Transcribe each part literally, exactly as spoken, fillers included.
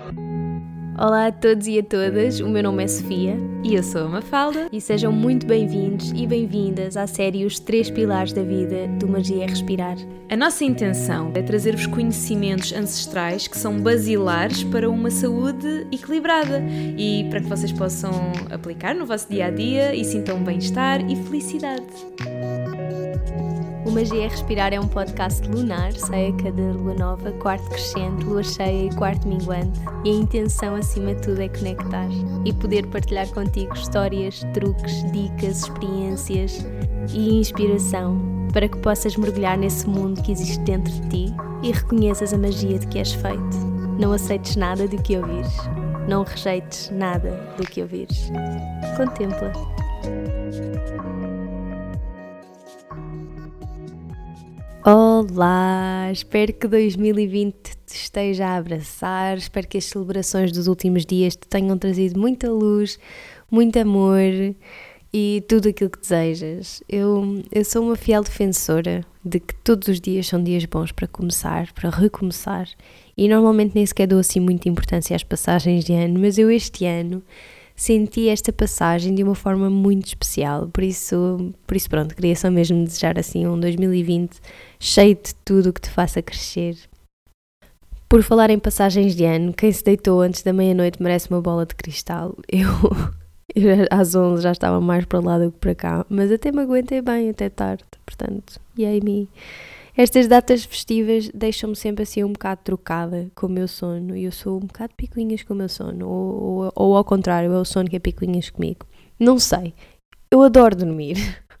Olá a todos e a todas, o meu nome é Sofia e eu sou a Mafalda e sejam muito bem-vindos e bem-vindas à série Os Três Pilares da Vida do Magia é Respirar. A nossa intenção é trazer-vos conhecimentos ancestrais que são basilares para uma saúde equilibrada e para que vocês possam aplicar no vosso dia-a-dia e sintam bem-estar e felicidade. O Magia é Respirar é um podcast lunar, sai a cada lua nova, quarto crescente, lua cheia e quarto minguante. E a intenção, acima de tudo, é conectar e poder partilhar contigo histórias, truques, dicas, experiências e inspiração para que possas mergulhar nesse mundo que existe dentro de ti e reconheças a magia de que és feito. Não aceites nada do que ouvires. Não rejeites nada do que ouvires. Contempla. Olá, espero que dois mil e vinte te esteja a abraçar, espero que as celebrações dos últimos dias te tenham trazido muita luz, muito amor e tudo aquilo que desejas. Eu, eu sou uma fiel defensora de que todos os dias são dias bons para começar, para recomeçar, e normalmente nem sequer dou assim muita importância às passagens de ano, mas eu este ano senti esta passagem de uma forma muito especial, por isso, por isso pronto, queria só mesmo desejar assim um dois mil e vinte cheio de tudo o que te faça crescer. Por falar em passagens de ano, quem se deitou antes da meia-noite merece uma bola de cristal. Eu, eu às onze já estava mais para lá do que para cá, mas até me aguentei bem até tarde, portanto, e aí me... Estas datas festivas deixam-me sempre assim um bocado trocada com o meu sono e eu sou um bocado picuinhas com o meu sono, ou, ou, ou ao contrário, é o sono que é picuinhas comigo. Não sei, eu adoro dormir.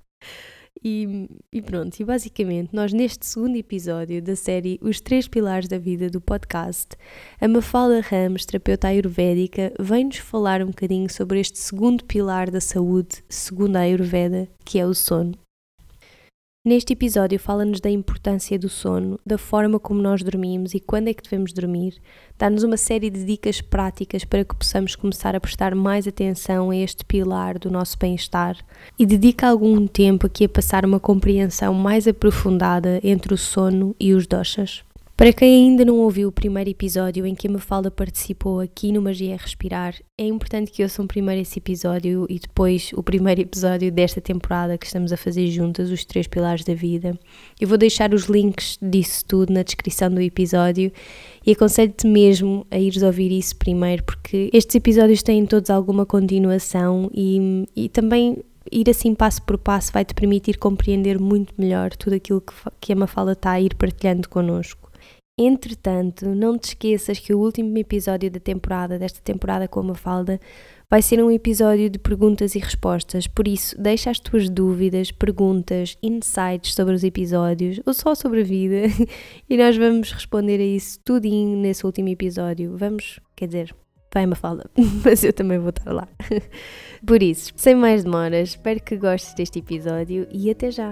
E, e pronto, e basicamente nós neste segundo episódio da série Os Três Pilares da Vida do podcast, a Mafalda Ramos, terapeuta ayurvédica, vem-nos falar um bocadinho sobre este segundo pilar da saúde, segundo a Ayurveda, que é o sono. Neste episódio fala-nos da importância do sono, da forma como nós dormimos e quando é que devemos dormir, dá-nos uma série de dicas práticas para que possamos começar a prestar mais atenção a este pilar do nosso bem-estar e dedica algum tempo aqui a passar uma compreensão mais aprofundada entre o sono e os doshas. Para quem ainda não ouviu o primeiro episódio em que a Mafalda participou aqui no Magia é Respirar, é importante que ouçam primeiro esse episódio e depois o primeiro episódio desta temporada que estamos a fazer juntas, os três pilares da vida. Eu vou deixar os links disso tudo na descrição do episódio e aconselho-te mesmo a ires ouvir isso primeiro, porque estes episódios têm todos alguma continuação e, e também ir assim passo por passo vai-te permitir compreender muito melhor tudo aquilo que, que a Mafalda está a ir partilhando connosco. Entretanto, não te esqueças que o último episódio da temporada, desta temporada com a Mafalda, vai ser um episódio de perguntas e respostas, por isso deixa as tuas dúvidas, perguntas, insights sobre os episódios ou só sobre a vida e nós vamos responder a isso tudinho nesse último episódio. Vamos, quer dizer, vai Mafalda, mas eu também vou estar lá. Por isso, sem mais demoras, espero que gostes deste episódio e até já!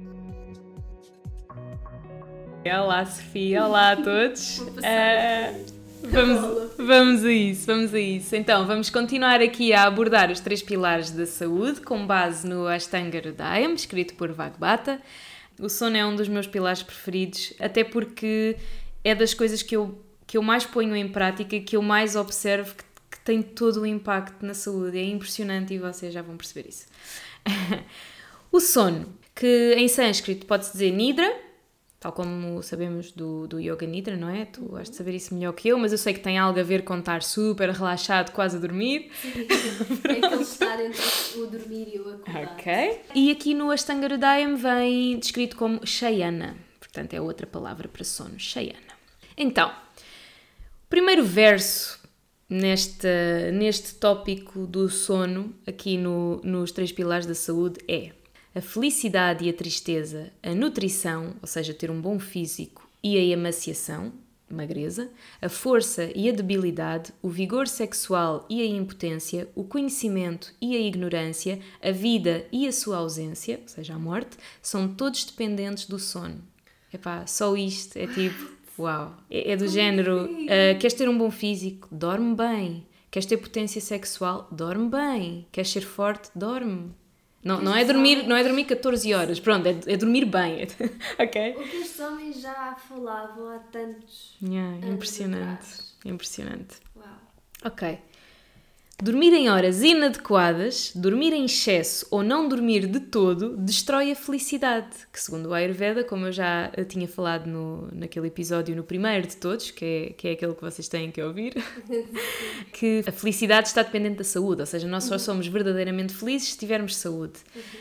Olá Sofia, olá a todos. Uh, vamos, vamos a isso, vamos a isso. Então, vamos continuar aqui a abordar os três pilares da saúde com base no Ashtanga Hridayam, escrito por Bhagavata. O sono é um dos meus pilares preferidos, até porque é das coisas que eu, que eu mais ponho em prática, que eu mais observo que, que tem todo o impacto na saúde. É impressionante e vocês já vão perceber isso. O sono, que em sânscrito pode-se dizer Nidra, tal como sabemos do, do Yoga Nidra, não é? Tu has de saber isso melhor que eu, mas eu sei que tem algo a ver com estar super relaxado, quase a dormir. Sim, é aquele estar entre o dormir e o acordar. Ok. E aqui no Ashtanga Hridayam vem descrito como Shayana, portanto é outra palavra para sono, Shayana. Então, o primeiro verso neste, neste tópico do sono, aqui no, nos três pilares da saúde, é: a felicidade e a tristeza, a nutrição, ou seja, ter um bom físico, e a emaciação, magreza, a força e a debilidade, o vigor sexual e a impotência, o conhecimento e a ignorância, a vida e a sua ausência, ou seja, a morte, são todos dependentes do sono. Epá, só isto é tipo, uau. É, é do género, uh, queres ter um bom físico? Dorme bem. Queres ter potência sexual? Dorme bem. Queres ser forte? Dorme. Não, não, é dormir, não é dormir catorze horas, pronto, é, é dormir bem, ok? O que estes homens já falavam há tantos Yeah, anos impressionante, atrás. impressionante. Uau. Ok. Dormir em horas inadequadas, dormir em excesso ou não dormir de todo destrói a felicidade, que segundo o Ayurveda, como eu já tinha falado no, naquele episódio, no primeiro de todos, que é, que é aquele que vocês têm que ouvir, que a felicidade está dependente da saúde, ou seja, nós só somos verdadeiramente felizes se tivermos saúde.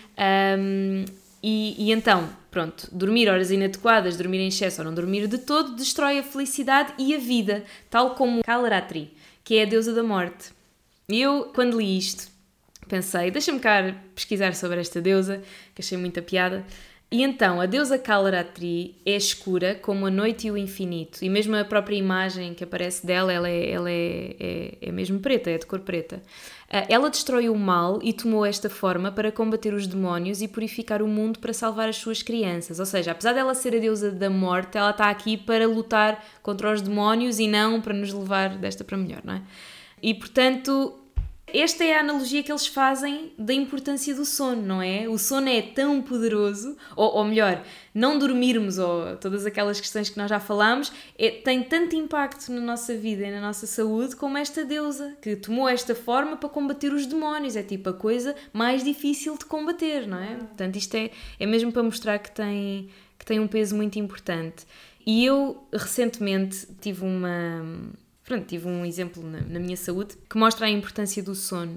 Um, e, e então, pronto, dormir horas inadequadas, dormir em excesso ou não dormir de todo destrói a felicidade e a vida, tal como Kalaratri, que é a deusa da morte. Eu, quando li isto, pensei, deixa-me cá pesquisar sobre esta deusa, que achei muita piada. E então, a deusa Kalaratri é escura como a noite e o infinito. E mesmo a própria imagem que aparece dela, ela é, ela é, é, é mesmo preta, é de cor preta. Ela destrói o mal e tomou esta forma para combater os demónios e purificar o mundo para salvar as suas crianças. Ou seja, apesar dela ser a deusa da morte, ela está aqui para lutar contra os demónios e não para nos levar desta para melhor, não é? E, portanto, esta é a analogia que eles fazem da importância do sono, não é? O sono é tão poderoso, ou, ou melhor, não dormirmos, ou todas aquelas questões que nós já falámos, é, tem tanto impacto na nossa vida e na nossa saúde como esta deusa, que tomou esta forma para combater os demónios. É tipo a coisa mais difícil de combater, não é? Portanto, isto é, é mesmo para mostrar que tem, que tem um peso muito importante. E eu, recentemente, tive uma... Pronto, tive um exemplo na, na minha saúde que mostra a importância do sono.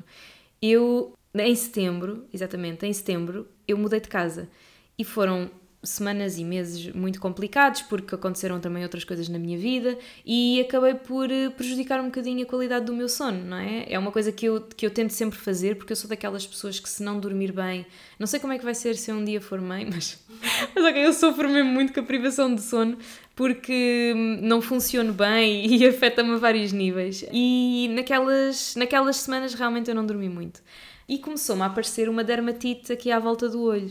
Eu, em setembro, exatamente, em setembro, eu mudei de casa e foram semanas e meses muito complicados porque aconteceram também outras coisas na minha vida e acabei por prejudicar um bocadinho a qualidade do meu sono, não é? É uma coisa que eu, que eu tento sempre fazer porque eu sou daquelas pessoas que se não dormir bem, não sei como é que vai ser se eu um dia for mãe, mas, mas ok, eu sofro mesmo muito com a privação de sono porque não funciono bem e afeta-me a vários níveis e naquelas, naquelas semanas realmente eu não dormi muito e começou-me a aparecer uma dermatite aqui à volta do olho,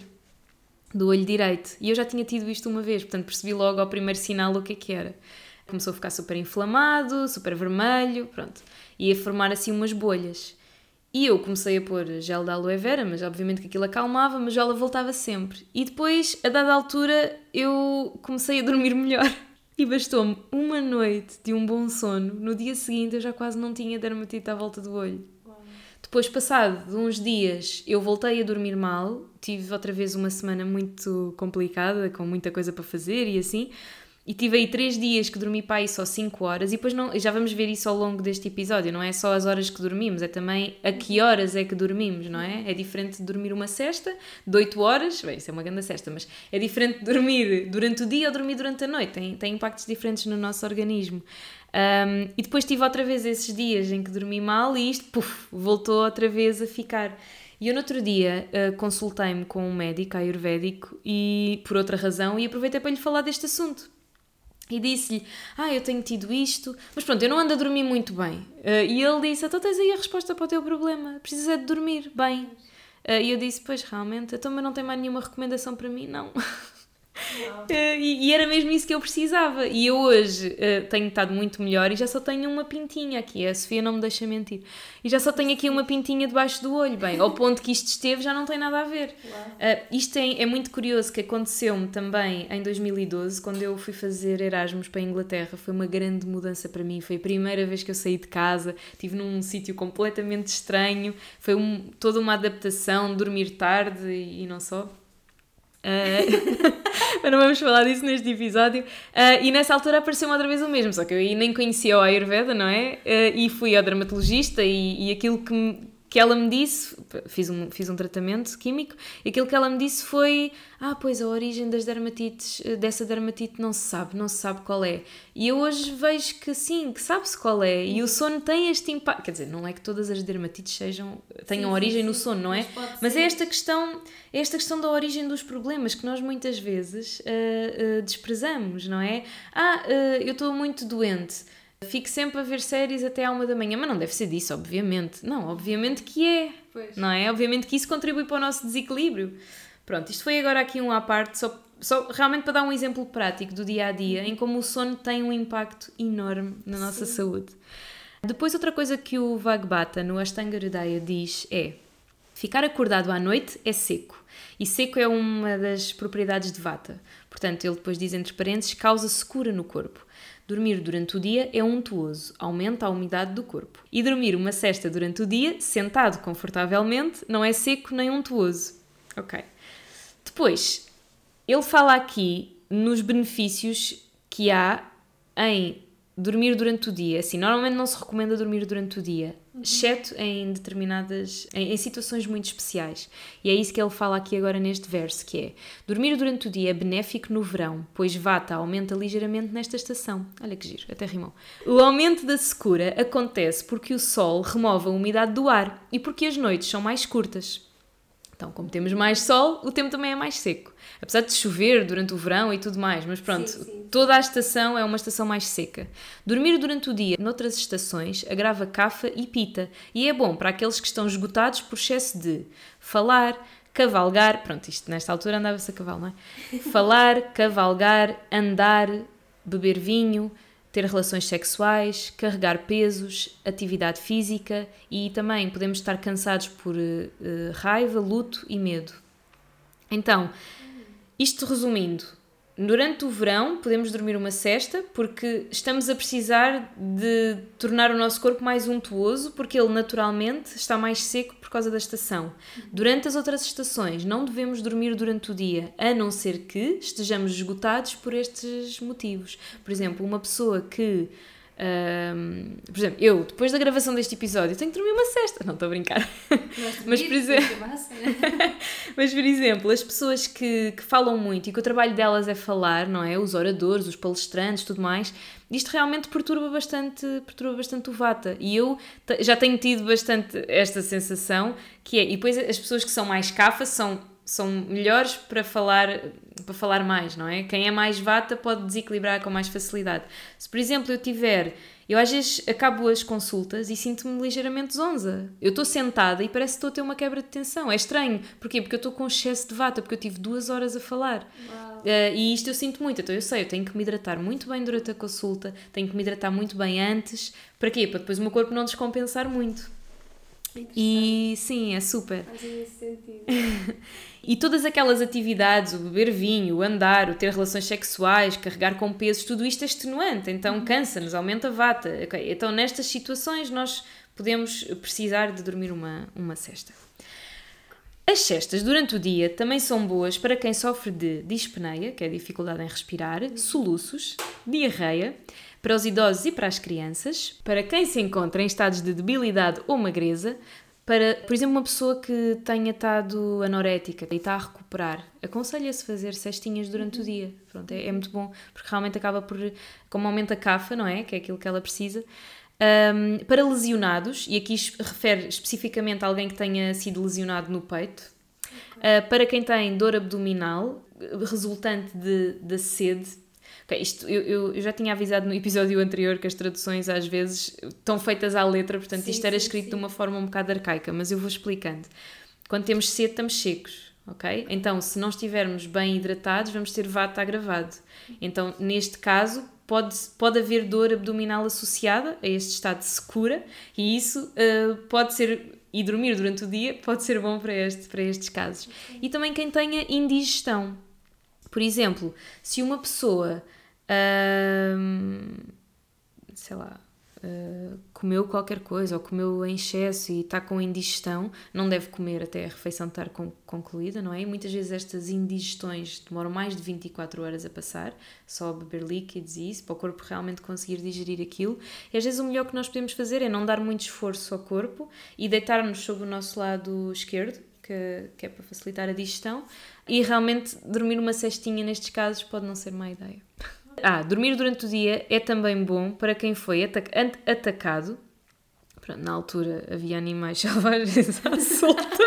do olho direito, e eu já tinha tido isto uma vez, portanto percebi logo ao primeiro sinal o que é que era. Começou a ficar super inflamado, super vermelho, pronto, e a formar assim umas bolhas. E eu comecei a pôr gel de aloe vera, mas obviamente que aquilo acalmava, mas ela voltava sempre. E depois, a dada altura, eu comecei a dormir melhor. E bastou-me uma noite de um bom sono, no dia seguinte eu já quase não tinha dermatite à volta do olho. Depois, passado de uns dias, eu voltei a dormir mal, tive outra vez uma semana muito complicada, com muita coisa para fazer e assim, e tive aí três dias que dormi para aí só cinco horas, e depois não, já vamos ver isso ao longo deste episódio, não é só as horas que dormimos, é também a que horas é que dormimos, não é? É diferente de dormir uma sesta de oito horas, bem, isso é uma grande sesta, mas é diferente de dormir durante o dia ou dormir durante a noite, tem, tem impactos diferentes no nosso organismo. Um, e depois tive outra vez esses dias em que dormi mal e isto, puf, voltou outra vez a ficar. E eu no outro dia uh, consultei-me com um médico ayurvédico e por outra razão e aproveitei para lhe falar deste assunto. E disse-lhe, ah, eu tenho tido isto, mas pronto, eu não ando a dormir muito bem. Uh, e ele disse, então tens aí a resposta para o teu problema, precisas é de dormir bem. Uh, e eu disse, pois realmente, então mas não tem mais nenhuma recomendação para mim? Não. Uh, e, e era mesmo isso que eu precisava. E eu hoje uh, tenho estado muito melhor e já só tenho uma pintinha aqui. A Sofia não me deixa mentir. E já só tenho aqui uma pintinha debaixo do olho. Bem, ao ponto que isto esteve já não tem nada a ver. Uh, isto é, é muito curioso que aconteceu-me também em dois mil e doze, quando eu fui fazer Erasmus para a Inglaterra. Foi uma grande mudança para mim. Foi a primeira vez que eu saí de casa. Estive num sítio completamente estranho. Foi um, toda uma adaptação, dormir tarde e, e não só. Uh, mas não vamos falar disso neste episódio. Uh, e nessa altura apareceu-me outra vez o mesmo, só que eu aí nem conhecia o Ayurveda, não é? Uh, e fui ao dermatologista e, e aquilo que, me, que ela me disse, fiz um, fiz um tratamento químico, e aquilo que ela me disse foi, ah, pois a origem das dermatites, dessa dermatite não se sabe, não se sabe qual é. E eu hoje vejo que sim, que sabe-se qual é, e o sono tem este impacto, quer dizer, não é que todas as dermatites sejam, tenham sim, origem sim, no sono, não é? Mas, mas é esta questão, é esta questão da origem dos problemas que nós muitas vezes uh, uh, desprezamos, não é? Ah, uh, eu estou muito doente, fico sempre a ver séries até à uma da manhã, mas não deve ser disso, obviamente. Não, obviamente que é, pois. Não é? Obviamente que isso contribui para o nosso desequilíbrio. Pronto, isto foi agora aqui um à parte, só, só realmente para dar um exemplo prático do dia-a-dia, em como o sono tem um impacto enorme na nossa Sim. saúde. Depois, outra coisa que o Vagbata, no Ashtanga Hridaya, diz é: Ficar acordado à noite é seco. E seco é uma das propriedades de Vata. Portanto, ele depois diz entre parênteses, causa secura no corpo. Dormir durante o dia é untuoso, aumenta a umidade do corpo. E dormir uma cesta durante o dia, sentado confortavelmente, não é seco nem untuoso. Ok. Depois, ele fala aqui nos benefícios que há em dormir durante o dia. Assim, normalmente não se recomenda dormir durante o dia, uhum. exceto em determinadas, em, em situações muito especiais. E é isso que ele fala aqui agora neste verso, que é: dormir durante o dia é benéfico no verão, pois Vata aumenta ligeiramente nesta estação. Olha que giro, até rimou. O aumento da secura acontece porque o sol remove a umidade do ar e porque as noites são mais curtas. Então, como temos mais sol, o tempo também é mais seco. Apesar de chover durante o verão e tudo mais, mas pronto, sim, sim. Toda a estação é uma estação mais seca. Dormir durante o dia noutras estações agrava cafa e pita e é bom para aqueles que estão esgotados por excesso de falar, cavalgar, pronto, isto nesta altura andava-se a cavalo, não é? Falar, cavalgar, andar, beber vinho, ter relações sexuais, carregar pesos, atividade física e também podemos estar cansados por uh, uh, raiva, luto e medo. Então, isto resumindo, durante o verão podemos dormir uma cesta porque estamos a precisar de tornar o nosso corpo mais untuoso porque ele naturalmente está mais seco por causa da estação. Durante as outras estações não devemos dormir durante o dia, a não ser que estejamos esgotados por estes motivos. Por exemplo, uma pessoa que... Um, por exemplo, eu, depois da gravação deste episódio, tenho que dormir uma cesta. Não, estou a brincar. Mas, por exemplo, mas, por exemplo, as pessoas que, que falam muito e que o trabalho delas é falar, não é? Os oradores, os palestrantes, tudo mais, isto realmente perturba bastante, perturba bastante o Vata. E eu t- já tenho tido bastante esta sensação, que é, e depois as pessoas que são mais cafas são são melhores para falar, para falar mais, não é? Quem é mais Vata pode desequilibrar com mais facilidade. Se, por exemplo, eu tiver... Eu às vezes acabo as consultas e sinto-me ligeiramente zonza. Eu estou sentada e parece que estou a ter uma quebra de tensão. É estranho. Porquê? Porque eu estou com excesso de Vata, porque eu tive duas horas a falar. Uh, e isto eu sinto muito. Então eu sei, eu tenho que me hidratar muito bem durante a consulta, tenho que me hidratar muito bem antes. Para quê? Para depois o meu corpo não descompensar muito. E sim, é super. Faz esse sentido. E todas aquelas atividades, o beber vinho, o andar, o ter relações sexuais, carregar com pesos, tudo isto é extenuante, então cansa-nos, aumenta a Vata. Okay. Então nestas situações nós podemos precisar de dormir uma, uma cesta. As cestas durante o dia também são boas para quem sofre de dispneia, que é a dificuldade em respirar, soluços, diarreia, para os idosos e para as crianças, para quem se encontra em estados de debilidade ou magreza, para, por exemplo, uma pessoa que tenha estado anorética e está a recuperar, aconselha-se fazer cestinhas durante o dia. Pronto, é, é muito bom, porque realmente acaba por, como aumenta a cafa, não é? Que é aquilo que ela precisa. Um, para lesionados, e aqui refere especificamente a alguém que tenha sido lesionado no peito, uh, para quem tem dor abdominal resultante de, de sede. Okay, isto, eu, eu, eu já tinha avisado no episódio anterior que as traduções às vezes estão feitas à letra, portanto sim, isto era sim, escrito sim. de uma forma um bocado arcaica, mas eu vou explicando. Quando temos sede, estamos secos, ok? Então, se não estivermos bem hidratados, vamos ter Vata agravado. Então, neste caso, pode, pode haver dor abdominal associada a este estado de secura e isso uh, pode ser... E dormir durante o dia pode ser bom para, este, para estes casos. Okay. E também quem tenha indigestão. Por exemplo, se uma pessoa, hum, sei lá, uh, comeu qualquer coisa ou comeu em excesso e está com indigestão, não deve comer até a refeição estar con- concluída, não é? E muitas vezes estas indigestões demoram mais de vinte e quatro horas a passar, só a beber líquidos e isso, para o corpo realmente conseguir digerir aquilo. E às vezes o melhor que nós podemos fazer é não dar muito esforço ao corpo e deitar-nos sobre o nosso lado esquerdo, que, que é para facilitar a digestão, e realmente dormir uma cestinha nestes casos pode não ser má ideia. Ah, dormir durante o dia é também bom para quem foi atac- atacado. Pronto, na altura havia animais selvagens à solta.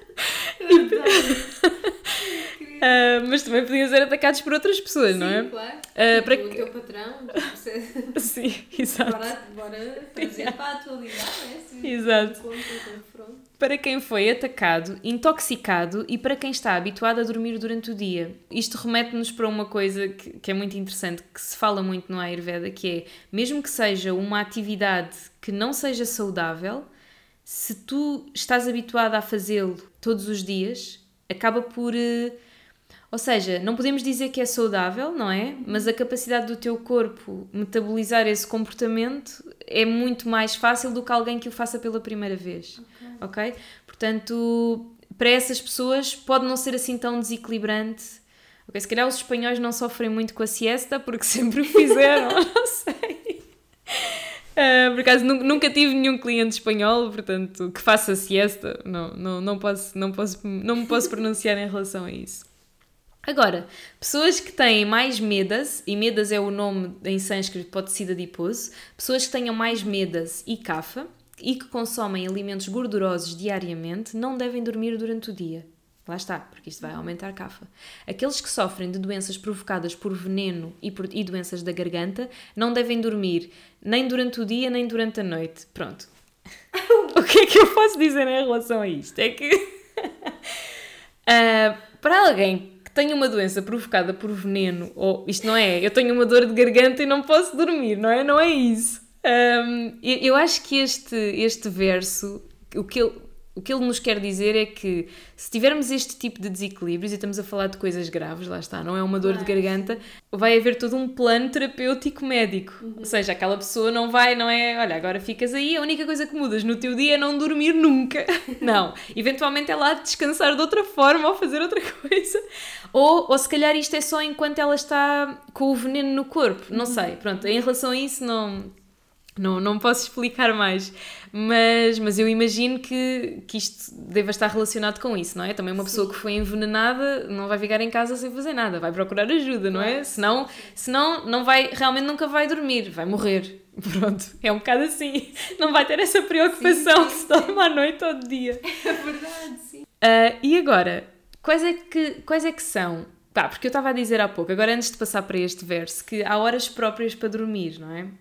Uh, mas também podiam ser atacados por outras pessoas, sim, não é? Sim, claro. Uh, tipo, para o que... teu patrão. Tipo, sim, exato. Bora, bora trazer yeah. para a atualidade, não é? Assim, exato. Um para quem foi atacado, intoxicado e para quem está habituado a dormir durante o dia. Isto remete-nos para uma coisa que, que é muito interessante, que se fala muito no Ayurveda, que é, mesmo que seja uma atividade que não seja saudável, se tu estás habituada a fazê-lo todos os dias, acaba por... Ou seja, não podemos dizer que é saudável, não é? Mas a capacidade do teu corpo metabolizar esse comportamento é muito mais fácil do que alguém que o faça pela primeira vez. Ok? Ok? Portanto, para essas pessoas pode não ser assim tão desequilibrante. Okay? Se calhar os espanhóis não sofrem muito com a siesta porque sempre o fizeram, não sei. Uh, por acaso nunca tive nenhum cliente espanhol, portanto, que faça siesta. Não, não, não, posso, não, posso, não me posso pronunciar em relação a isso. Agora, pessoas que têm mais medas, e medas é o nome em sânscrito, pode ser adiposo, pessoas que tenham mais medas e kapha e que consomem alimentos gordurosos diariamente não devem dormir durante o dia. Lá está, porque isto vai aumentar kapha. Aqueles que sofrem de doenças provocadas por veneno e, por, e doenças da garganta não devem dormir nem durante o dia nem durante a noite. Pronto. O que é que eu posso dizer em relação a isto? É que uh, para alguém tenho uma doença provocada por veneno, ou isto não é, eu tenho uma dor de garganta e não posso dormir, não é? Não é isso. Um, eu, eu acho que este, este verso, o que, ele, o que ele nos quer dizer é que se tivermos este tipo de desequilíbrios, e estamos a falar de coisas graves, lá está, não é uma dor de garganta, vai haver todo um plano terapêutico médico. Uhum. Ou seja, aquela pessoa não vai, não é, olha, agora ficas aí, a única coisa que mudas no teu dia é não dormir nunca. Não. Eventualmente ela há de descansar de outra forma ou fazer outra coisa. Ou, ou se calhar isto é só enquanto ela está com o veneno no corpo. Não sei. Pronto, em relação a isso não... Não, não posso explicar mais, mas, mas eu imagino que, que isto deva estar relacionado com isso, não é? Também uma Sim. pessoa que foi envenenada não vai ficar em casa sem fazer nada, vai procurar ajuda, não é? Senão, senão não vai, realmente nunca vai dormir, vai morrer. Pronto, é um bocado assim. Não vai ter essa preocupação sim, sim, se dorme à noite ou de dia. É verdade, sim. Uh, e agora, quais é que, quais é que são? Pá, porque eu estava a dizer há pouco, agora antes de passar para este verso, que há horas próprias para dormir, não é?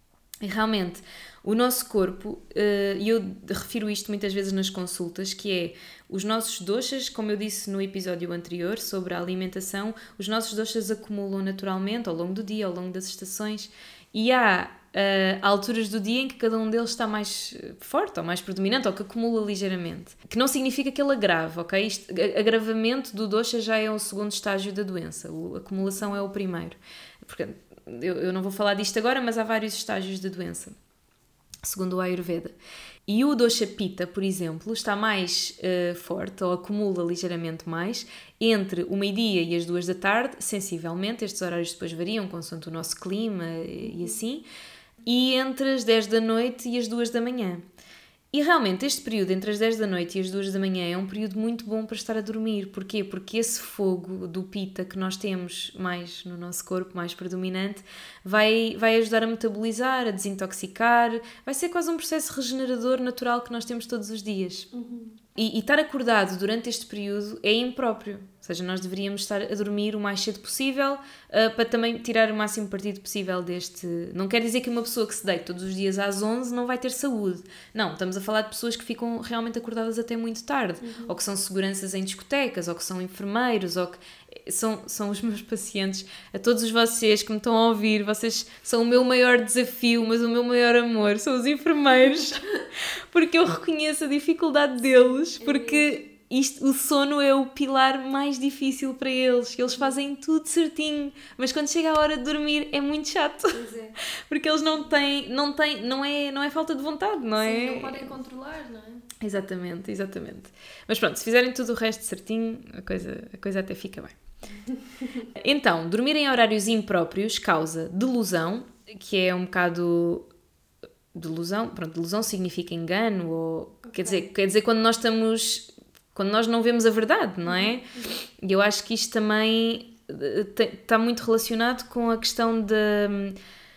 E realmente, o nosso corpo, e eu refiro isto muitas vezes nas consultas, que é os nossos doshas, como eu disse no episódio anterior sobre a alimentação, os nossos doshas acumulam naturalmente ao longo do dia, ao longo das estações, e há uh, alturas do dia em que cada um deles está mais forte ou mais predominante ou que acumula ligeiramente. Que não significa que ele agrave, ok? Isto, agravamento do dosha já é o segundo estágio da doença, a acumulação é o primeiro. Portanto, Eu, eu não vou falar disto agora, mas há vários estágios de doença, segundo o Ayurveda. E o dosha Pitta, por exemplo, está mais uh, forte, ou acumula ligeiramente mais, entre o meio-dia e as duas da tarde, sensivelmente, estes horários depois variam consoante o nosso clima e, e assim, e entre as dez da noite e as duas da manhã. E realmente este período entre as dez da noite e as duas da manhã é um período muito bom para estar a dormir. Porquê? Porque esse fogo do Pitta que nós temos mais no nosso corpo, mais predominante, vai, vai ajudar a metabolizar, a desintoxicar, vai ser quase um processo regenerador natural que nós temos todos os dias. Uhum. E, e estar acordado durante este período é impróprio. Ou seja, nós deveríamos estar a dormir o mais cedo possível uh, para também tirar o máximo partido possível deste... Não quer dizer que uma pessoa que se deita todos os dias às onze não vai ter saúde. Não, estamos a falar de pessoas que ficam realmente acordadas até muito tarde. Uhum. Ou que são seguranças em discotecas, ou que são enfermeiros, ou que... São, são os meus pacientes. A todos vocês que me estão a ouvir, vocês são o meu maior desafio, mas o meu maior amor são os enfermeiros. Porque eu reconheço a dificuldade deles, porque... Isto, o sono é o pilar mais difícil para eles. Eles fazem tudo certinho, mas quando chega a hora de dormir é muito chato. Pois é. Porque eles não têm, não têm, não é, não é falta de vontade, não é? Sim, não podem controlar, não é? Exatamente, exatamente. Mas pronto, se fizerem tudo o resto certinho, a coisa, a coisa até fica bem. Então, dormir em horários impróprios causa delusão, que é um bocado... Delusão, pronto, delusão significa engano, ou okay. quer dizer, quer dizer quando nós estamos... Quando nós não vemos a verdade, não é? E eu acho que isto também está muito relacionado com a questão de,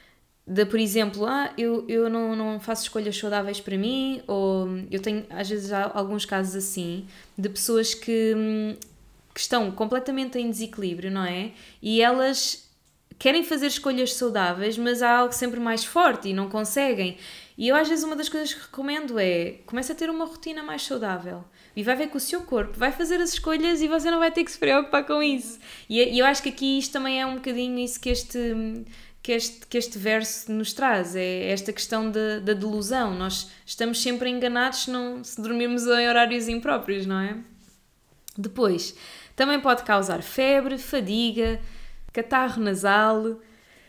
de por exemplo, ah, eu, eu não, não faço escolhas saudáveis para mim, ou eu tenho, às vezes, há alguns casos assim, de pessoas que, que estão completamente em desequilíbrio, não é? E elas querem fazer escolhas saudáveis, mas há algo sempre mais forte e não conseguem. E eu às vezes uma das coisas que recomendo é, comece a ter uma rotina mais saudável e vai ver que o seu corpo vai fazer as escolhas e você não vai ter que se preocupar com isso. E, e eu acho que aqui isto também é um bocadinho isso que este, que este, que este verso nos traz, é esta questão da, da delusão. Nós estamos sempre enganados se, não, se dormirmos em horários impróprios, não é? Depois, também pode causar febre, fadiga, catarro nasal,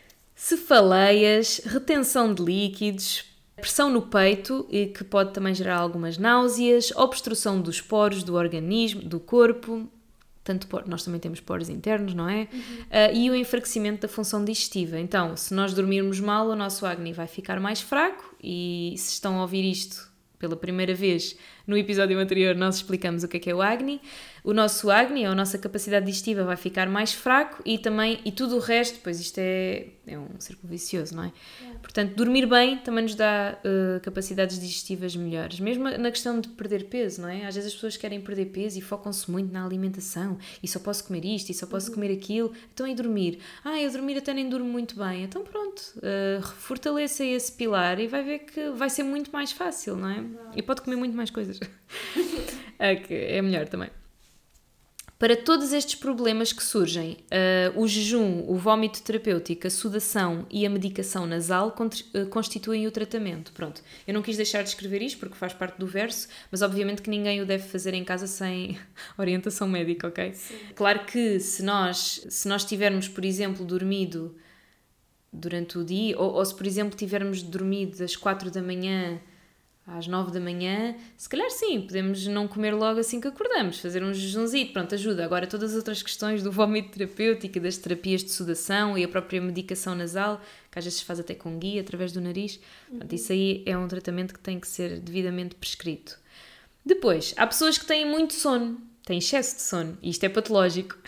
cefaleias, retenção de líquidos, pressão no peito, que pode também gerar algumas náuseas, obstrução dos poros do organismo, do corpo, tanto por, nós também temos poros internos, não é? Uhum. Uh, e o enfraquecimento da função digestiva. Então, se nós dormirmos mal, o nosso acne vai ficar mais fraco, e se estão a ouvir isto pela primeira vez, no episódio anterior nós explicamos o que é que é o acne. O nosso acne, a nossa capacidade digestiva vai ficar mais fraco e também, e tudo o resto, pois isto é, é um círculo vicioso, não é? É. Portanto, dormir bem também nos dá uh, capacidades digestivas melhores. Mesmo na questão de perder peso, não é? Às vezes as pessoas querem perder peso e focam-se muito na alimentação. E só posso comer isto, e só posso uhum. comer aquilo. Então, e dormir? Ah, eu dormir até nem durmo muito bem. Então, pronto, uh, fortaleça esse pilar e vai ver que vai ser muito mais fácil, não é? Não. E pode comer muito mais coisas. é, que é melhor também. Para todos estes problemas que surgem, uh, o jejum, o vómito terapêutico, a sudação e a medicação nasal uh, constituem o tratamento. Pronto, eu não quis deixar de escrever isto porque faz parte do verso, mas obviamente que ninguém o deve fazer em casa sem orientação médica, ok? Sim. Claro que se nós, se nós tivermos, por exemplo, dormido durante o dia, ou, ou se, por exemplo, tivermos dormido às quatro da manhã às nove da manhã, se calhar sim, podemos não comer logo assim que acordamos, fazer um jejumzito, pronto, ajuda. Agora todas as outras questões do vómito terapêutico, das terapias de sudação e a própria medicação nasal, que às vezes se faz até com guia, através do nariz, uhum. pronto, isso aí é um tratamento que tem que ser devidamente prescrito. Depois, há pessoas que têm muito sono, têm excesso de sono, e isto é patológico.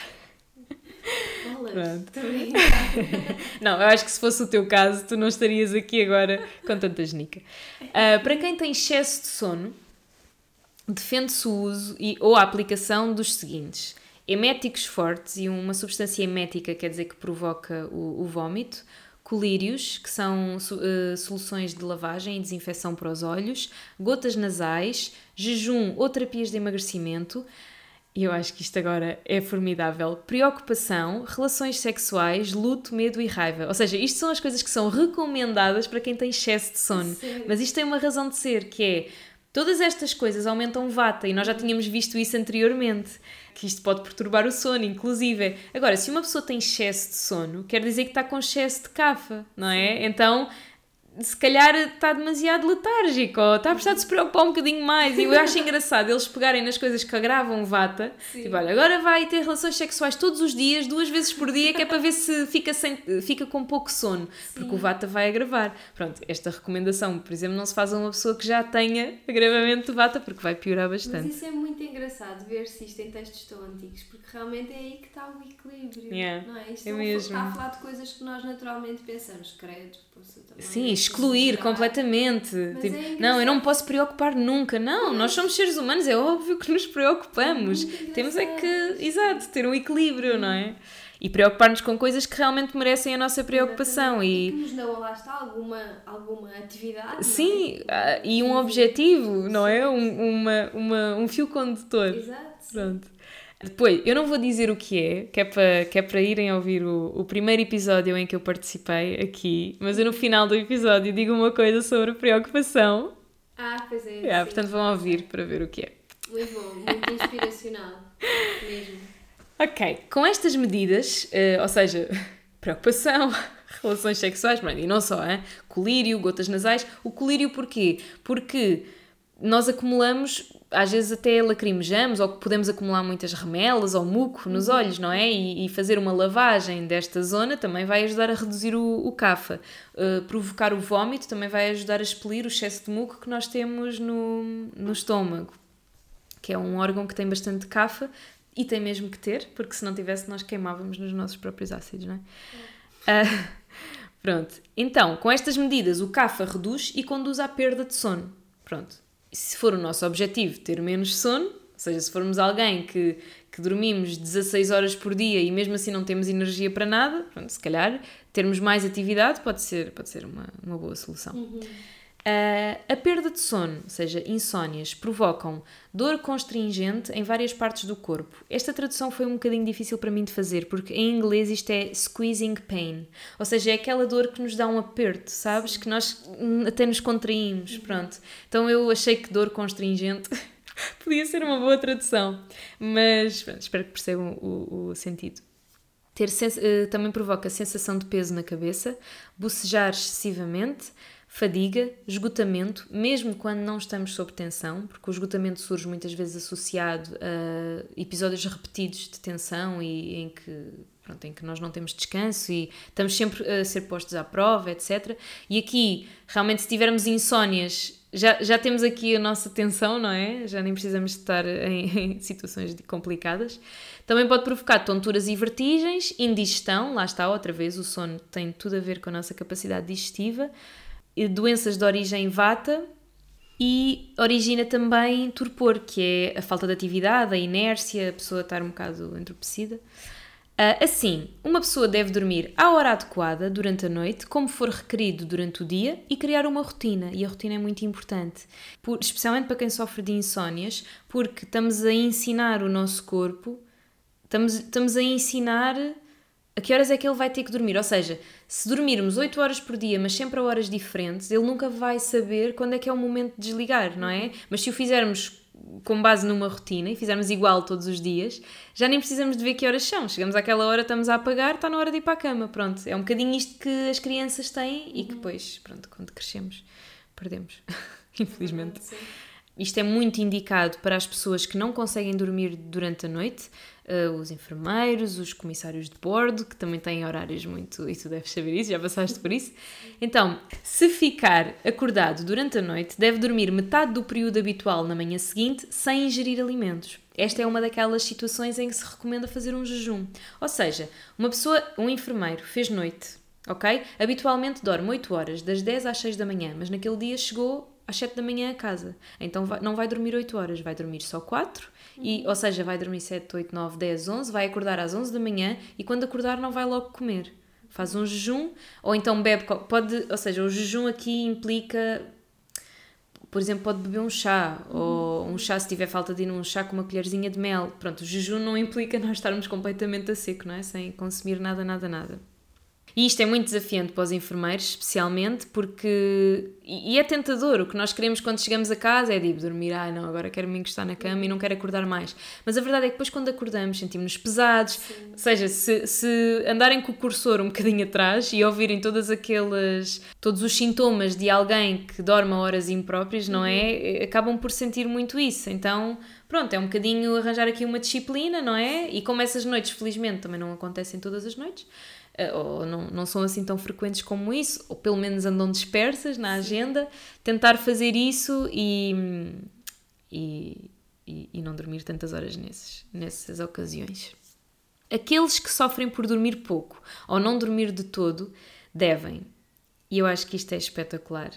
Pronto. Não, eu acho que se fosse o teu caso, tu não estarias aqui agora com tanta genica. Uh, para quem tem excesso de sono, defende-se o uso e, ou a aplicação dos seguintes: eméticos fortes, e uma substância emética quer dizer que provoca o, o vómito, colírios, que são uh, soluções de lavagem e desinfecção para os olhos, gotas nasais, jejum ou terapias de emagrecimento. E eu acho que isto agora é formidável. Preocupação, relações sexuais, luto, medo e raiva. Ou seja, isto são as coisas que são recomendadas para quem tem excesso de sono. Sim. Mas isto tem uma razão de ser, que é, todas estas coisas aumentam vata, e nós já tínhamos visto isso anteriormente, que isto pode perturbar o sono, inclusive. Agora, se uma pessoa tem excesso de sono, quer dizer que está com excesso de cafa, não é? Sim. Então, se calhar está demasiado letárgico, ou está a precisar de se preocupar um bocadinho mais. E eu acho engraçado eles pegarem nas coisas que agravam vata. Sim. Tipo, olha, agora vai ter relações sexuais todos os dias, duas vezes por dia, que é para ver se fica, sem, fica com pouco sono. Sim. Porque o vata vai agravar. Pronto, esta recomendação, por exemplo, não se faz a uma pessoa que já tenha agravamento de vata, porque vai piorar bastante. Mas isso é muito engraçado, ver se isto em textos tão antigos, porque realmente é aí que está o equilíbrio. Yeah. Não é? Isto é mesmo. Está a falar de coisas que nós naturalmente pensamos, credo. Sim, excluir completamente. Tipo, é não, eu não me posso preocupar nunca. Não, nós somos seres humanos, é óbvio que nos preocupamos. Temos é que, exato, ter um equilíbrio, não é? E preocupar-nos com coisas que realmente merecem a nossa preocupação. E, e que nos dão, lá está, alguma, alguma atividade. Sim, é? E um objetivo, não é? Um, uma, uma, um fio condutor. Exato. Pronto. Depois, eu não vou dizer o que é, que é para, que é para irem ouvir o, o primeiro episódio em que eu participei aqui, mas eu no final do episódio digo uma coisa sobre preocupação. Ah, pois é. Yeah, portanto vão ouvir para ver o que é. Muito bom, muito inspiracional, mesmo. Ok, com estas medidas, uh, ou seja, preocupação, relações sexuais, e não só, hein? Colírio, gotas nasais. O colírio porquê? Porque nós acumulamos, às vezes até lacrimejamos, ou podemos acumular muitas remelas ou muco nos olhos, não é? E, e fazer uma lavagem desta zona também vai ajudar a reduzir o, o cafa. Uh, provocar o vómito também vai ajudar a expelir o excesso de muco que nós temos no, no estômago, que é um órgão que tem bastante cafa, e tem mesmo que ter, porque se não tivesse nós queimávamos nos nossos próprios ácidos, não é? Uh, pronto. Então, com estas medidas o cafa reduz e conduz à perda de sono. Pronto. Se for o nosso objetivo ter menos sono, ou seja, se formos alguém que, que dormimos dezasseis horas por dia e mesmo assim não temos energia para nada, pronto, se calhar termos mais atividade pode ser, pode ser uma, uma boa solução. Uhum. Uh, a perda de sono, ou seja, insónias, provocam dor constringente em várias partes do corpo. Esta tradução foi um bocadinho difícil para mim de fazer, porque em inglês isto é squeezing pain, ou seja, é aquela dor que nos dá um aperto, sabes? Que nós até nos contraímos, pronto. Então eu achei que dor constringente podia ser uma boa tradução, mas pronto, espero que percebam o, o sentido. Ter sens- uh, também provoca sensação de peso na cabeça, bocejar excessivamente, fadiga, esgotamento, mesmo quando não estamos sob tensão, porque o esgotamento surge muitas vezes associado a episódios repetidos de tensão e em que, pronto, em que nós não temos descanso e estamos sempre a ser postos à prova, etcétera. E aqui, realmente, se tivermos insónias, já, já temos aqui a nossa tensão, não é? Já nem precisamos estar em, em situações complicadas. Também pode provocar tonturas e vertigens, indigestão, lá está outra vez, o sono tem tudo a ver com a nossa capacidade digestiva, doenças de origem vata e origina também torpor, que é a falta de atividade, a inércia, a pessoa estar um bocado entorpecida. Assim, uma pessoa deve dormir à hora adequada durante a noite, como for requerido durante o dia, e criar uma rotina, e a rotina é muito importante, por, especialmente para quem sofre de insónias, porque estamos a ensinar o nosso corpo, estamos, estamos a ensinar a que horas é que ele vai ter que dormir, ou seja, se dormirmos oito horas por dia, mas sempre a horas diferentes, ele nunca vai saber quando é que é o momento de desligar, não é? Mas se o fizermos com base numa rotina e fizermos igual todos os dias, já nem precisamos de ver que horas são. Chegamos àquela hora, estamos a apagar, está na hora de ir para a cama, pronto. É um bocadinho isto que as crianças têm e que depois, pronto, quando crescemos, perdemos, infelizmente. Sim. Isto é muito indicado para as pessoas que não conseguem dormir durante a noite, uh, os enfermeiros, os comissários de bordo, que também têm horários muito... E tu deves saber isso, já passaste por isso. Então, se ficar acordado durante a noite, deve dormir metade do período habitual na manhã seguinte, sem ingerir alimentos. Esta é uma daquelas situações em que se recomenda fazer um jejum. Ou seja, uma pessoa, um enfermeiro, fez noite, ok? Habitualmente dorme oito horas, das dez às seis da manhã, mas naquele dia chegou às sete da manhã a casa. Então vai, não vai dormir oito horas, vai dormir só quatro, e, ou seja, vai dormir sete, oito, nove, dez, onze, vai acordar às onze da manhã e quando acordar não vai logo comer. Faz um jejum, ou então bebe, pode, ou seja, o jejum aqui implica, por exemplo, pode beber um chá, uhum. ou um chá se tiver falta de ir num chá com uma colherzinha de mel. Pronto, o jejum não implica nós estarmos completamente a seco, não é? Sem consumir nada, nada, nada. E isto é muito desafiante para os enfermeiros, especialmente porque... E é tentador, o que nós queremos quando chegamos a casa é tipo dormir, ai não, agora quero me encostar na cama e não quero acordar mais. Mas a verdade é que depois quando acordamos sentimos-nos pesados, Sim. ou seja, se, se andarem com o cursor um bocadinho atrás e ouvirem todas aquelas, todos os sintomas de alguém que dorme a horas impróprias, não é? Acabam por sentir muito isso, então... Pronto, é um bocadinho arranjar aqui uma disciplina, não é? E como essas noites, felizmente, também não acontecem todas as noites, ou não, não são assim tão frequentes como isso, ou pelo menos andam dispersas na agenda, tentar fazer isso e, e, e, e não dormir tantas horas nesses, nessas ocasiões. Aqueles que sofrem por dormir pouco ou não dormir de todo devem, e eu acho que isto é espetacular.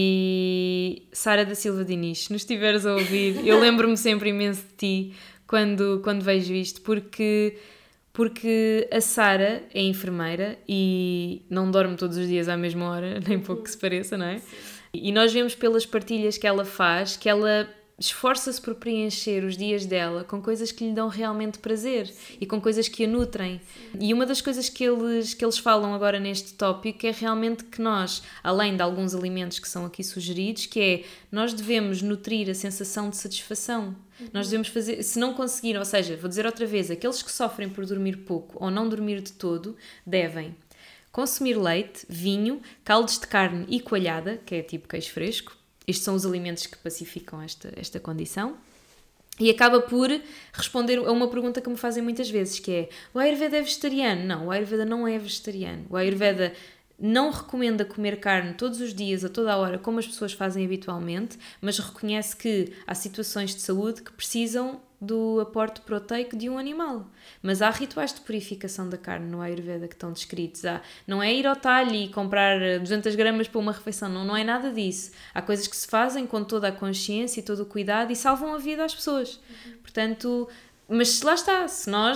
E Sara da Silva Diniz, se nos estiveres a ouvir, eu lembro-me sempre imenso de ti quando, quando vejo isto, porque, porque a Sara é enfermeira e não dorme todos os dias à mesma hora, nem pouco que se pareça, não é? Sim. E nós vemos pelas partilhas que ela faz que ela esforça-se por preencher os dias dela com coisas que lhe dão realmente prazer Sim. e com coisas que a nutrem. Sim. E uma das coisas que eles, que eles falam agora neste tópico é realmente que nós, além de alguns alimentos que são aqui sugeridos, que é, nós devemos nutrir a sensação de satisfação. Uhum. Nós devemos fazer, se não conseguir, ou seja, vou dizer outra vez, aqueles que sofrem por dormir pouco ou não dormir de todo, devem consumir leite, vinho, caldos de carne e coalhada, que é tipo queijo fresco. Estes são os alimentos que pacificam esta, esta condição. E acaba por responder a uma pergunta que me fazem muitas vezes, que é: o Ayurveda é vegetariano? Não, o Ayurveda não é vegetariano. O Ayurveda não recomenda comer carne todos os dias, a toda a hora, como as pessoas fazem habitualmente, mas reconhece que há situações de saúde que precisam do aporte proteico de um animal. Mas há rituais de purificação da carne no Ayurveda que estão descritos. Há, não é ir ao talho e comprar duzentas gramas para uma refeição, não, não é nada disso. Há coisas que se fazem com toda a consciência e todo o cuidado e salvam a vida às pessoas. Uhum. Portanto, mas lá está, se nós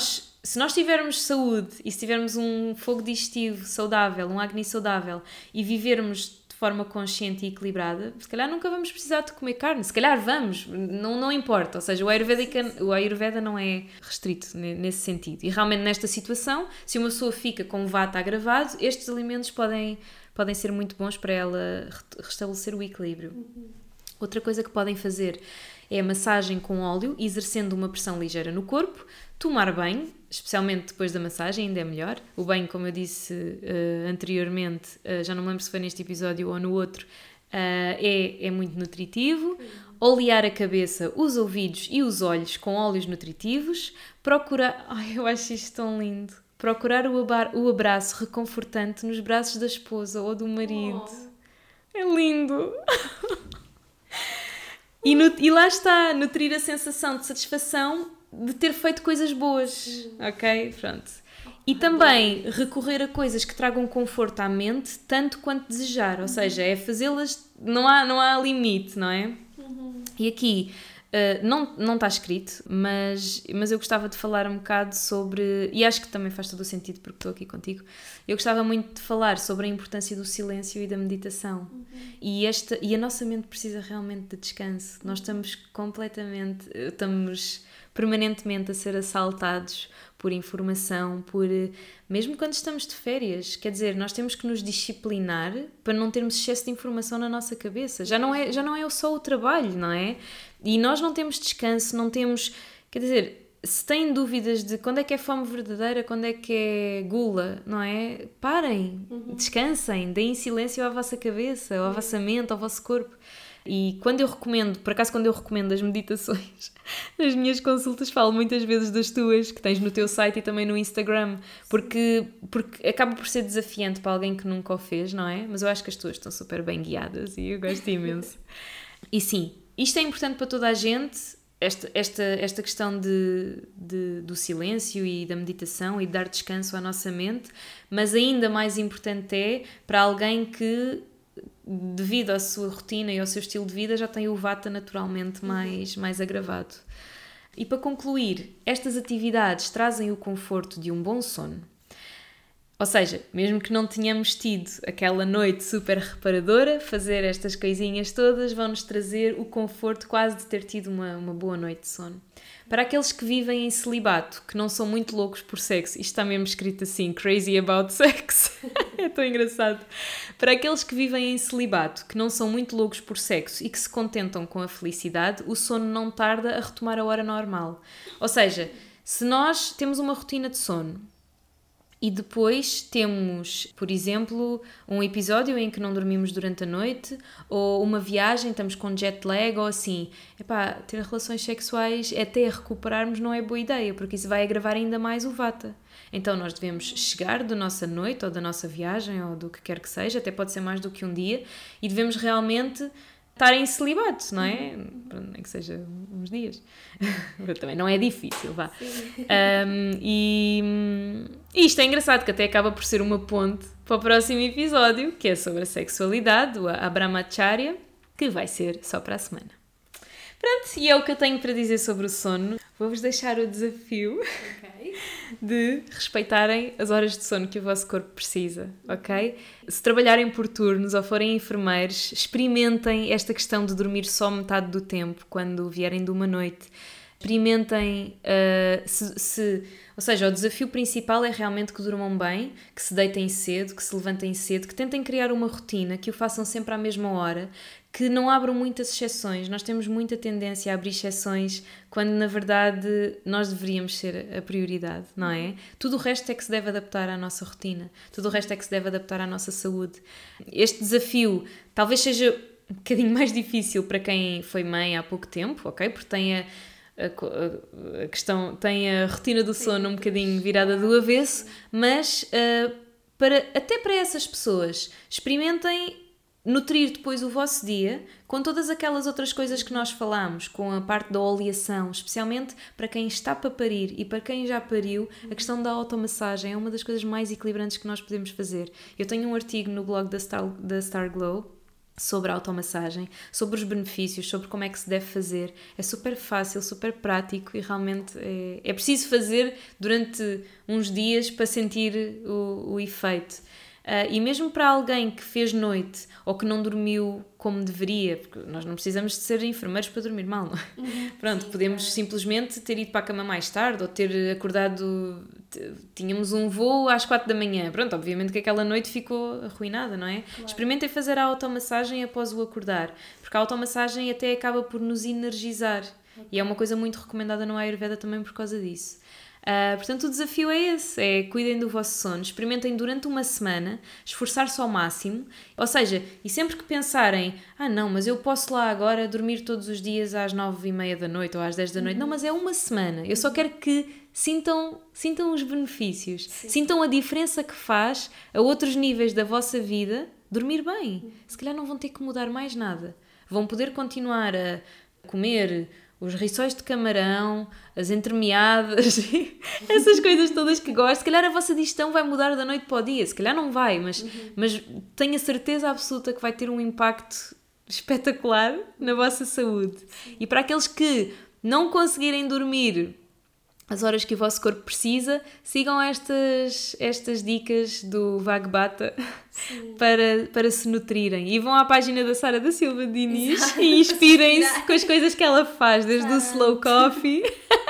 se nós tivermos saúde e se tivermos um fogo digestivo saudável, um Agni saudável e vivermos de forma consciente e equilibrada, se calhar nunca vamos precisar de comer carne, se calhar vamos, não, não importa, ou seja, o Ayurveda, o Ayurveda não é restrito nesse sentido, e realmente nesta situação, se uma pessoa fica com vata agravado, estes alimentos podem, podem ser muito bons para ela restabelecer o equilíbrio. Uhum. Outra coisa que podem fazer é a massagem com óleo, exercendo uma pressão ligeira no corpo, tomar banho, especialmente depois da massagem, ainda é melhor. O banho, como eu disse uh, anteriormente, uh, já não me lembro se foi neste episódio ou no outro, uh, é, é muito nutritivo. Olear a cabeça, os ouvidos e os olhos com óleos nutritivos. Procurar... Ai, eu acho isto tão lindo. Procurar o, abar... o abraço reconfortante nos braços da esposa ou do marido. Oh. É lindo! E, no... e lá está, nutrir a sensação de satisfação de ter feito coisas boas, ok? Pronto. E também recorrer a coisas que tragam conforto à mente, tanto quanto desejar, ou seja, é fazê-las, não há, não há limite, não é? Uhum. E aqui, uh, não, não está escrito, mas, mas eu gostava de falar um bocado sobre, e acho que também faz todo o sentido porque estou aqui contigo, eu gostava muito de falar sobre a importância do silêncio e da meditação. Uhum. E, esta, e a nossa mente precisa realmente de descanso. Nós estamos completamente, estamos... permanentemente a ser assaltados por informação, por mesmo quando estamos de férias, quer dizer, nós temos que nos disciplinar para não termos excesso de informação na nossa cabeça, já não é, já não é só o trabalho, não é? E nós não temos descanso, não temos, quer dizer, se têm dúvidas de quando é que é fome verdadeira, quando é que é gula, não é? Parem, uhum. Descansem, deem silêncio à vossa cabeça, à vossa mente, ao vosso corpo. E quando eu recomendo, por acaso quando eu recomendo as meditações, nas minhas consultas falo muitas vezes das tuas, que tens no teu site e também no Instagram, porque, porque acaba por ser desafiante para alguém que nunca o fez, não é? Mas eu acho que as tuas estão super bem guiadas e eu gosto imenso. E sim, isto é importante para toda a gente, esta, esta, esta questão de, de, do silêncio e da meditação e de dar descanso à nossa mente, mas ainda mais importante é para alguém que, devido à sua rotina e ao seu estilo de vida, já tem o vata naturalmente mais, mais agravado. E para concluir, estas atividades trazem o conforto de um bom sono. Ou seja, mesmo que não tenhamos tido aquela noite super reparadora, fazer estas coisinhas todas vão-nos trazer o conforto quase de ter tido uma, uma boa noite de sono. Para aqueles que vivem em celibato, que não são muito loucos por sexo, isto está mesmo escrito assim, crazy about sex, é tão engraçado. Para aqueles que vivem em celibato, que não são muito loucos por sexo e que se contentam com a felicidade, o sono não tarda a retomar a hora normal. Ou seja, se nós temos uma rotina de sono, e depois temos, por exemplo, um episódio em que não dormimos durante a noite, ou uma viagem, estamos com jet lag, ou assim. Epá, ter relações sexuais até recuperarmos não é boa ideia, porque isso vai agravar ainda mais o vata. Então nós devemos chegar da nossa noite, ou da nossa viagem, ou do que quer que seja, até pode ser mais do que um dia, e devemos realmente estar em celibato, não é? Nem que seja uns dias. Também não é difícil, vá. Um, e, e isto é engraçado, que até acaba por ser uma ponte para o próximo episódio, que é sobre a sexualidade, a Brahmacharya, que vai ser só para a semana. Pronto, e é o que eu tenho para dizer sobre o sono. Vou-vos deixar o desafio okay. de respeitarem as horas de sono que o vosso corpo precisa, ok? Se trabalharem por turnos ou forem enfermeiros, experimentem esta questão de dormir só metade do tempo quando vierem de uma noite. Experimentem, uh, se, se, ou seja, o desafio principal é realmente que durmam bem, que se deitem cedo, que se levantem cedo, que tentem criar uma rotina, que o façam sempre à mesma hora, que não abram muitas exceções. Nós temos muita tendência a abrir exceções quando na verdade nós deveríamos ser a prioridade, não é? Tudo o resto é que se deve adaptar à nossa rotina, tudo o resto é que se deve adaptar à nossa saúde. Este desafio talvez seja um bocadinho mais difícil para quem foi mãe há pouco tempo, ok? Porque tem a A, a questão tem a rotina do sono um bocadinho virada do avesso, mas uh, para, até para essas pessoas, experimentem nutrir depois o vosso dia com todas aquelas outras coisas que nós falámos, com a parte da oleação, especialmente para quem está para parir e para quem já pariu, a questão da automassagem é uma das coisas mais equilibrantes que nós podemos fazer. Eu tenho um artigo no blog da Star, da Star Glow sobre a automassagem, sobre os benefícios, sobre como é que se deve fazer. É super fácil, super prático e realmente é, é preciso fazer durante uns dias para sentir o, o efeito. Uh, e mesmo para alguém que fez noite ou que não dormiu como deveria, porque nós não precisamos de ser enfermeiros para dormir mal, não é? Uhum, Pronto, sim, podemos claro. simplesmente ter ido para a cama mais tarde ou ter acordado, tínhamos um voo às quatro da manhã, pronto, obviamente que aquela noite ficou arruinada, não é? Claro. Experimentem fazer a automassagem após o acordar, porque a automassagem até acaba por nos energizar, okay. E é uma coisa muito recomendada no Ayurveda também por causa disso. Uh, portanto, o desafio é esse, é cuidem do vosso sono, experimentem durante uma semana, esforçar-se ao máximo, ou seja, e sempre que pensarem, ah não, mas eu posso lá agora dormir todos os dias às nove e meia da noite ou às dez da noite, uhum. Não, mas é uma semana, eu só quero que sintam, sintam os benefícios, Sim. sintam a diferença que faz a outros níveis da vossa vida dormir bem, uhum. Se calhar não vão ter que mudar mais nada, vão poder continuar a comer os rissóis de camarão, as entremeadas, essas coisas todas que gosto. Se calhar a vossa digestão vai mudar da noite para o dia, se calhar não vai, mas, uhum. mas tenho a certeza absoluta que vai ter um impacto espetacular na vossa saúde. Sim. E para aqueles que não conseguirem dormir as horas que o vosso corpo precisa, sigam estas, estas dicas do Vagbata para, para se nutrirem. E vão à página da Sara da Silva Diniz Exato. E inspirem-se com as coisas que ela faz, desde Exato. O slow coffee.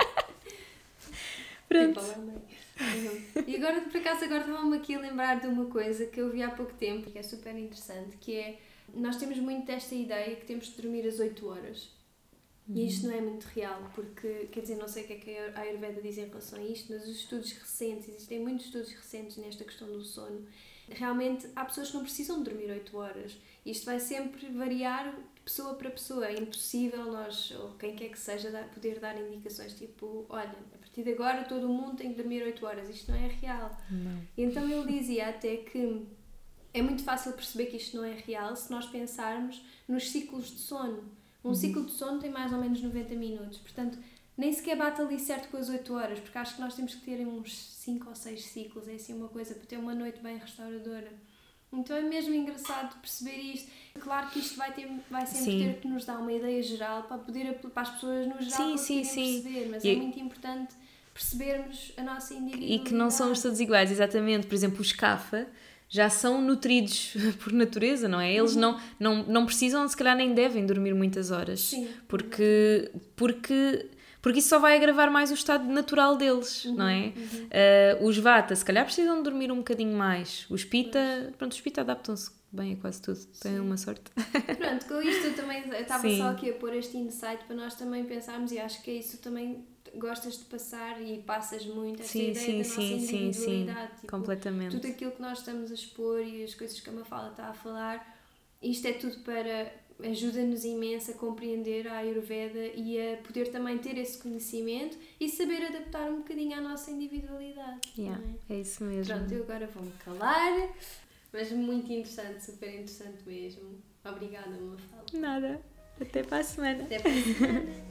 Pronto. E agora, por acaso, agora estava-me aqui a lembrar de uma coisa que eu vi há pouco tempo, que é super interessante, que é, nós temos muito esta ideia que temos de dormir às oito horas. E isto não é muito real, porque, quer dizer, não sei o que é que a Ayurveda diz em relação a isto, mas os estudos recentes, existem muitos estudos recentes nesta questão do sono, realmente há pessoas que não precisam de dormir oito horas. Isto vai sempre variar de pessoa para pessoa, é impossível nós, ou quem quer que seja, dar, poder dar indicações tipo, olha, a partir de agora todo o mundo tem que dormir oito horas, isto não é real. Não. Então ele dizia até que é muito fácil perceber que isto não é real se nós pensarmos nos ciclos de sono. Um uhum. ciclo de sono tem mais ou menos noventa minutos, portanto, nem sequer bate ali certo com as oito horas, porque acho que nós temos que ter uns cinco ou seis ciclos, é assim uma coisa, para ter uma noite bem restauradora. Então é mesmo engraçado perceber isto. Claro que isto vai, ter, vai sempre sim. ter que nos dar uma ideia geral para poder para as pessoas no geral sim, conseguirem sim, perceber, mas e é muito importante percebermos a nossa individualidade. E que não somos todos iguais, exatamente. Por exemplo, os Kapha já são nutridos por natureza, não é? Eles uhum. não, não, não precisam, se calhar nem devem dormir muitas horas. Sim. Porque, porque, porque isso só vai agravar mais o estado natural deles, uhum. não é? Uhum. Uh, os Vata, se calhar precisam de dormir um bocadinho mais. Os Pitta, pronto, os Pitta adaptam-se bem a quase tudo. Têm uma sorte. Pronto, com isto eu também estava só aqui a pôr este insight para nós também pensarmos, e acho que é isso também gostas de passar e passas muito esta sim, ideia sim, da sim, nossa individualidade. Sim, sim. Tipo, completamente. Tudo aquilo que nós estamos a expor e as coisas que a Mafalda está a falar, isto é tudo para, ajuda-nos imenso a compreender a Ayurveda e a poder também ter esse conhecimento e saber adaptar um bocadinho à nossa individualidade. Yeah, não é? É isso mesmo. Pronto, eu agora vou-me calar, mas muito interessante, super interessante mesmo. Obrigada, Mafalda. Nada. Até para a semana. Até para a semana.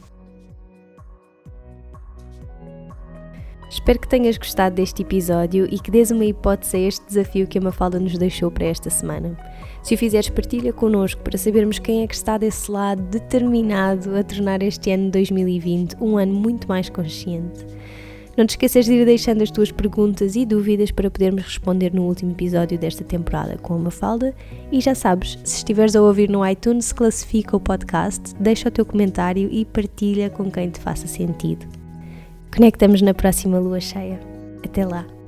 Espero que tenhas gostado deste episódio e que dês uma hipótese a este desafio que a Mafalda nos deixou para esta semana. Se o fizeres, partilha connosco para sabermos quem é que está desse lado determinado a tornar este ano de dois mil e vinte um ano muito mais consciente. Não te esqueças de ir deixando as tuas perguntas e dúvidas para podermos responder no último episódio desta temporada com a Mafalda. E já sabes, se estiveres a ouvir no iTunes, classifica o podcast, deixa o teu comentário e partilha com quem te faça sentido. Conectamos na próxima lua cheia. Até lá!